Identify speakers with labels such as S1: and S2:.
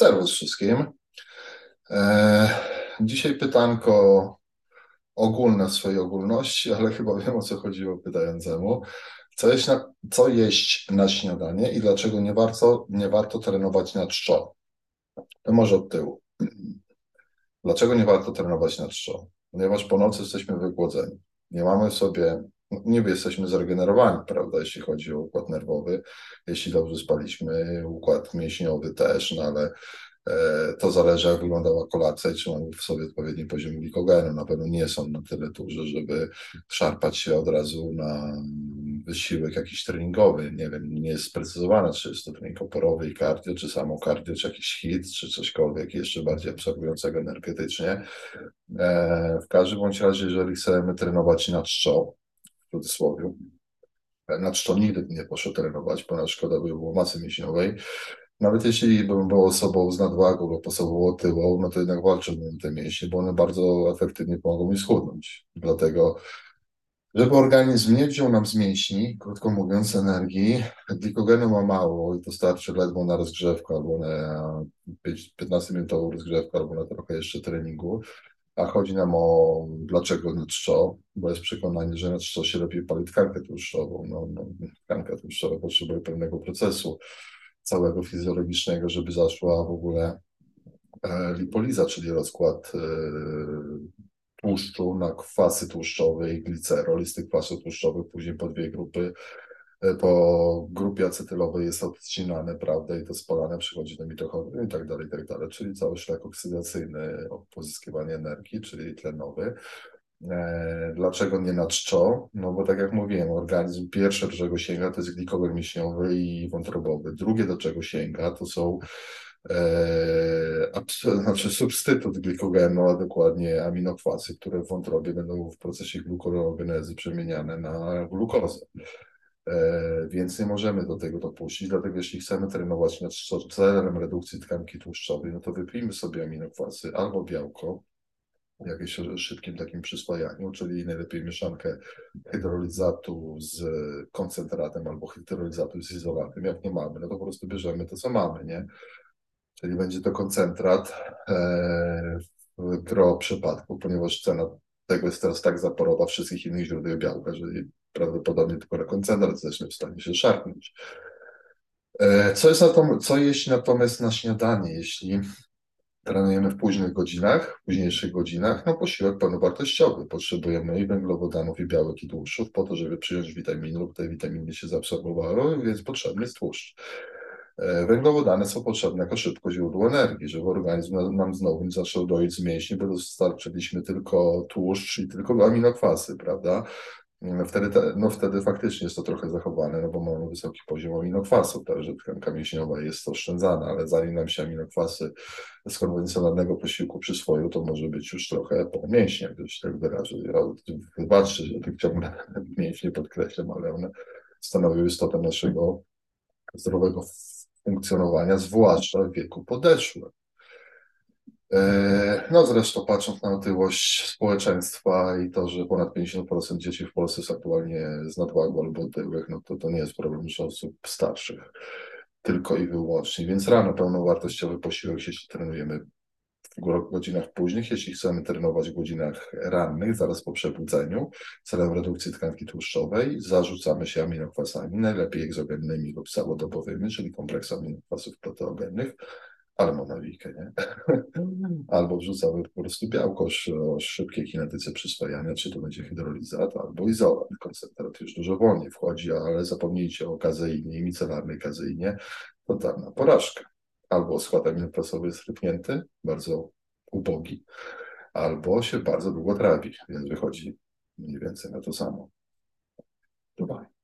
S1: Serwus wszystkim. E, Dzisiaj pytanko ogólne w swojej ogólności, ale chyba wiem, o co chodziło pytającemu. Co jeść na śniadanie i dlaczego nie warto trenować na czczo? To może od tyłu. Dlaczego nie warto trenować na czczo? Ponieważ po nocy jesteśmy wygłodzeni. Nie mamy w sobie, niby jesteśmy zregenerowani, prawda, jeśli chodzi o układ nerwowy, jeśli dobrze spaliśmy, układ mięśniowy też, no ale to zależy, jak wyglądała kolacja i czy mamy w sobie odpowiedni poziom glikogenu. Na pewno nie są na tyle duże, żeby szarpać się od razu na wysiłek jakiś treningowy. Nie wiem, nie jest sprecyzowane, czy jest to trening oporowy i cardio, czy samo cardio, czy jakiś HIIT, czy cośkolwiek jeszcze bardziej absorbującego energetycznie. W każdym bądź razie, jeżeli chcemy trenować na czczo, w cudzysłowie, na czczo nigdy nie poszło trenować, ponieważ szkoda by było masy mięśniowej. Nawet jeśli bym był osobą z nadwagą lub osobą otyłą, no to jednak walczyłbym te mięśnie, bo one bardzo efektywnie pomogą mi schudnąć. Dlatego, żeby organizm nie wziął nam z mięśni, krótko mówiąc, energii, glikogenu ma mało i to starczy ledwo na rozgrzewkę albo na 15-minutową rozgrzewkę albo na trochę jeszcze treningu. A chodzi nam o dlaczego na czczo, bo jest przekonanie, że na czczo się lepiej pali tkankę tłuszczową. Tkanka tłuszczowa potrzebuje pewnego procesu całego fizjologicznego, żeby zaszła w ogóle lipoliza, czyli rozkład tłuszczu na kwasy tłuszczowe i glicerol. I z tych kwasów tłuszczowych później po dwie grupy, po grupie acetylowej jest odcinane, prawda, i to spalane przychodzi do mitochondriów i tak dalej, i tak dalej. Czyli cały szlak oksydacyjny, pozyskiwanie energii, czyli tlenowy. Dlaczego nie na czczo? No bo tak jak mówiłem, organizm pierwsze, do czego sięga, to jest glikogen mięśniowy i wątrobowy. Drugie, do czego sięga, to są znaczy substytut glikogenu, a dokładnie aminokwasy, które w wątrobie będą w procesie glukoneogenezy przemieniane na glukozę. Więc nie możemy do tego dopuścić, dlatego jeśli chcemy trenować nad celem redukcji tkanki tłuszczowej, no to wypijmy sobie aminokwasy albo białko, jakimś szybkim takim przyswajaniu, czyli najlepiej mieszankę hydrolizatu z koncentratem albo hydrolizatu z izolatem. Jak nie mamy, no to po prostu bierzemy to, co mamy, nie? Czyli będzie to koncentrat w gro przypadku, ponieważ cena tego jest teraz tak zaporowa wszystkich innych źródeł białka, że prawdopodobnie tylko na koncentrat jesteśmy w stanie się szarpnąć. Co jeść natomiast na śniadanie, jeśli trenujemy w późniejszych godzinach, no posiłek pełnowartościowy. Potrzebujemy i węglowodanów, i białek, i tłuszczów po to, żeby przyjąć witaminy lub te witaminy się zaabsorbowały, więc potrzebny jest tłuszcz. Węglowodany są potrzebne jako szybko źródło energii, żeby organizm nam znowu nie zaczął doić z mięśni, bo dostarczyliśmy tylko tłuszcz i tylko aminokwasy, prawda? Wtedy faktycznie jest to trochę zachowane, no bo mamy wysoki poziom aminokwasów, także tkanka mięśniowa jest oszczędzana, ale zanim nam się aminokwasy z konwencjonalnego posiłku przyswoją, to może być już trochę po mięśniach, że się tak wyrażę. Wybaczcie, że tak ciągle mięśnie podkreślam, ale one stanowią istotę naszego zdrowego funkcjonowania, zwłaszcza w wieku podeszłym. No zresztą patrząc na otyłość społeczeństwa i to, że ponad 50% dzieci w Polsce jest aktualnie z nadwagą albo otyłych, no to nie jest problem już osób starszych tylko i wyłącznie. Więc rano pełnowartościowy posiłek, jeśli trenujemy w godzinach późnych, jeśli chcemy trenować w godzinach rannych, zaraz po przebudzeniu, celem redukcji tkanki tłuszczowej, zarzucamy się aminokwasami, najlepiej egzogennymi lub całodobowymi, czyli kompleks aminokwasów proteogennych, ale monowikę, nie? Albo wrzucamy po prostu białko o szybkiej kinetyce przyswajania, czy to będzie hydrolizat, albo izolat. Koncentrat już dużo wolniej wchodzi, ale zapomnijcie o kazeinie i micelarnej kazeinie, totalna porażka. Albo skład aminokwasowy jest rypnięty, bardzo ubogi, albo się bardzo długo trawi, więc wychodzi mniej więcej na to samo. Dobra.